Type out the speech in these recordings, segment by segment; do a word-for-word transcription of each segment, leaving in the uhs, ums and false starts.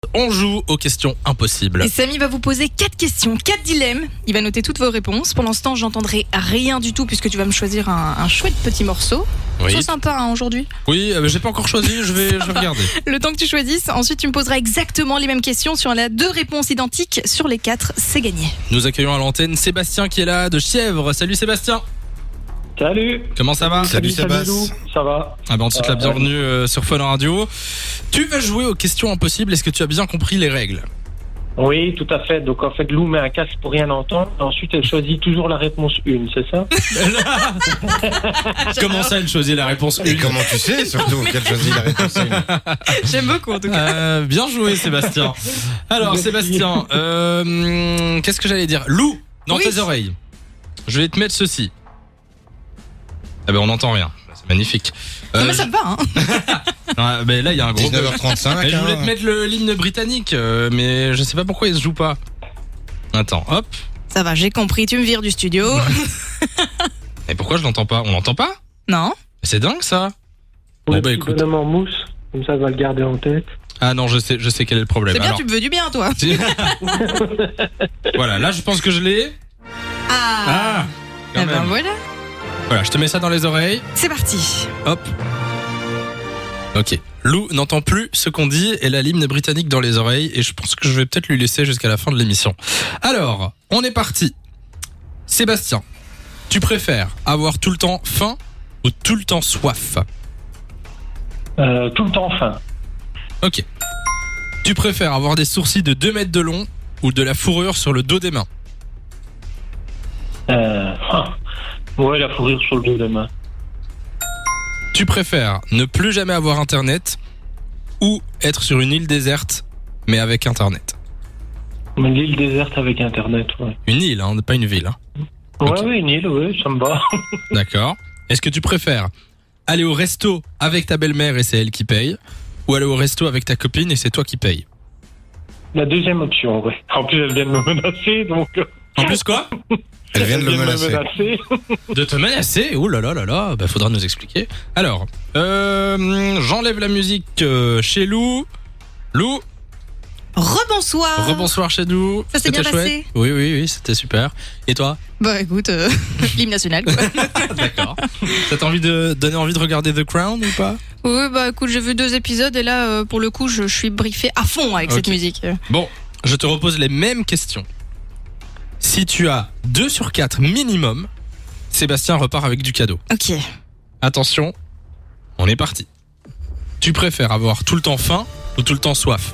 On joue aux questions impossibles. Et Samy va vous poser quatre questions, quatre dilemmes. Il va noter toutes vos réponses. Pour l'instant, j'entendrai rien du tout puisque tu vas me choisir un, un chouette petit morceau. Oui. C'est sympa hein, aujourd'hui. Oui, euh, j'ai pas encore choisi, je vais, je vais regarder. Le temps que tu choisisses. Ensuite, tu me poseras exactement les mêmes questions. Si on a deux réponses identiques sur les quatre, c'est gagné. Nous accueillons à l'antenne Sébastien qui est là de Chièvre. Salut Sébastien. Salut. Comment ça va? Salut, salut Sébastien. Lou. Ça va? Ah ben on te souhaite la bienvenue euh, sur Fun Radio. Tu vas jouer aux questions impossibles. Est-ce que tu as bien compris les règles? Oui, tout à fait. Donc en fait, Lou met un casque pour rien entendre. Ensuite, elle choisit toujours la réponse une, c'est ça? Comment ça, elle choisit la réponse Et une? comment tu sais surtout qu'elle choisit la réponse une? J'aime beaucoup en tout cas. Euh, Bien joué Sébastien. Alors Merci. Sébastien, euh, qu'est-ce que j'allais dire? Lou, dans Oui. tes oreilles, je vais te mettre ceci. Ah ben on n'entend rien, c'est magnifique. Non, Euh, mais ça te va hein. je- ouais, ben là il y a un gros dix-neuf heures bug. trente-cinq. Mais je voulais hein. te mettre le- l'hymne britannique, euh, mais je sais pas pourquoi il se joue pas. Attends, hop. Ça va, j'ai compris. Tu me vires du studio. Et pourquoi je l'entends pas? On l'entend pas? Non. C'est dingue ça. Ou Bon, le bah, petit écoute. bonhomme en mousse. Comme ça, elle va le garder en tête. Ah non, je sais, je sais quel est le problème. C'est bien, Alors, tu me veux du bien toi. voilà, là je pense que je l'ai. Ah. Ah, quand Eh ben même. voilà. Voilà, je te mets ça dans les oreilles. C'est parti. Hop. Ok. Lou n'entend plus ce qu'on dit et a l'hymne britannique dans les oreilles et je pense que je vais peut-être lui laisser jusqu'à la fin de l'émission. Alors, on est parti. Sébastien, tu préfères avoir tout le temps faim ou tout le temps soif? Euh, tout le temps fin. Ok. Tu préfères avoir des sourcils de deux mètres de long ou de la fourrure sur le dos des mains? Euh, ah. Ouais, la fourrure sur le dos des mains. Tu préfères ne plus jamais avoir internet ou être sur une île déserte mais avec internet? Une île déserte avec internet, ouais. Une île, hein, pas une ville. Hein. Ouais, Ok. ouais, une île, ouais, ça me va. D'accord. Est-ce que tu préfères aller au resto avec ta belle-mère et c'est elle qui paye, ou aller au resto avec ta copine et c'est toi qui paye? La deuxième option, ouais. En plus, elle vient de me menacer, donc. euh, En plus quoi? Elle vient de le me menacer. menacer. De te menacer? Ouh là là là là, bah faudra nous expliquer. Alors, euh, j'enlève la musique euh, chez Lou. Lou, Rebonsoir. rebonsoir chez nous. Ça s'est C'était bien chouette. passé. Oui, oui, oui, c'était super. Et toi? Bah écoute, euh, l'hymne national quoi. D'accord. Ça t'a envie de donner envie de regarder The Crown ou pas? Oui, bah écoute, j'ai vu deux épisodes et là, euh, pour le coup, je, je suis briefé à fond avec Ok. cette musique. Bon, je te repose les mêmes questions. Si tu as deux sur quatre minimum, Sébastien repart avec du cadeau. Ok. Attention, on est parti. Tu préfères avoir tout le temps faim ou tout le temps soif?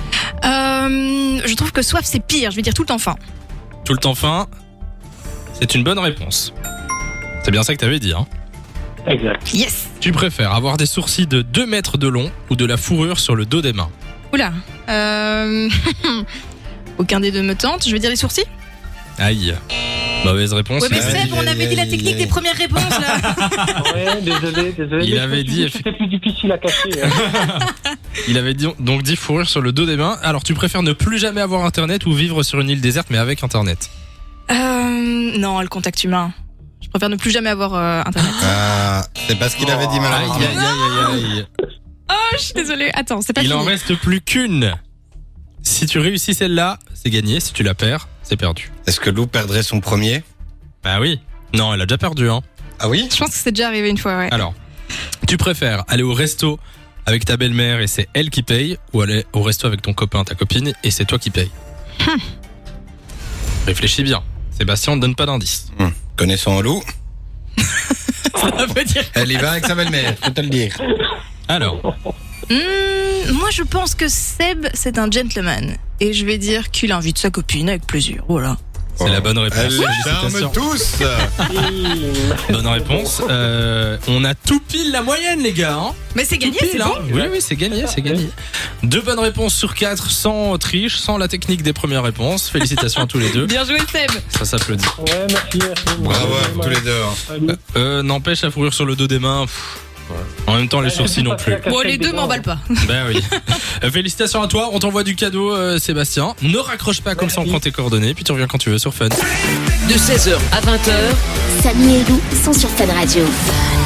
Euh, je trouve que soif c'est pire, je vais dire tout le temps faim. Tout le temps faim, c'est une bonne réponse. C'est bien ça que t'avais dit, hein? Exact. Yes. Tu préfères avoir des sourcils de deux mètres de long ou de la fourrure sur le dos des mains? Oula. Euh... Aucun des deux me tente, je vais dire les sourcils. Aïe. Mauvaise réponse. Ouais, mais il, avait, Seb, on avait dit la technique des premières réponses là. Ouais, désolé, désolé. Il Mais avait je me dit, suis que c'était plus difficile à cacher. hein. il avait dit- donc dit fourrure sur le dos des mains. Alors tu préfères ne plus jamais avoir internet ou vivre sur une île déserte mais avec internet? Euh... Non, le contact humain. Je préfère ne plus jamais avoir euh, internet. Ah, c'est pas ce qu'il avait dit Aïe malheureusement. aïe aïe aïe aïe. Oh, je suis désolée. Attends, c'est pas Il fini. en reste plus qu'une. Si tu réussis celle-là, c'est gagné. Si tu la perds, c'est perdu. Est-ce que Lou perdrait son premier? Bah oui. Non, elle a déjà perdu, hein. Ah oui? Je pense que c'est déjà arrivé une fois, ouais. Alors, tu préfères aller au resto avec ta belle-mère et c'est elle qui paye, ou aller au resto avec ton copain, ta copine et c'est toi qui paye? Hum. Réfléchis bien. Sébastien, on ne donne pas d'indice. Hum, Connaissant Lou, Ça veut dire. elle y va avec sa belle-mère, faut te le dire. Alors, Hmm, moi, je pense que Seb, c'est un gentleman. Et je vais dire qu'il invite sa copine avec plaisir. Voilà. c'est la bonne réponse. Elle les Félicitations. charme tous. Bonne réponse. Euh, on a tout pile la moyenne, les gars. Hein. Mais c'est gagné, Tout c'est pile, bon. hein. Oui, oui, c'est gagné, c'est gagné. Deux bonnes réponses sur quatre, sans triche, sans la technique des premières réponses. Félicitations à tous les deux. Bien joué, Seb. Ça s'applaudit. Ouais, merci, merci. Bravo à vous tous les deux. hein. Salut. Euh, n'empêche, la fourrure sur le dos des mains. pff, en même temps, les sourcils non plus. Bon, les deux m'emballent pas. Ben oui. Euh, Félicitations à toi. On t'envoie du cadeau, euh, Sébastien. Ne raccroche pas, comme ça on prend tes coordonnées. Puis tu reviens quand tu veux sur Fun. De seize heures à vingt heures, Samy et Lou sont sur Fun Radio.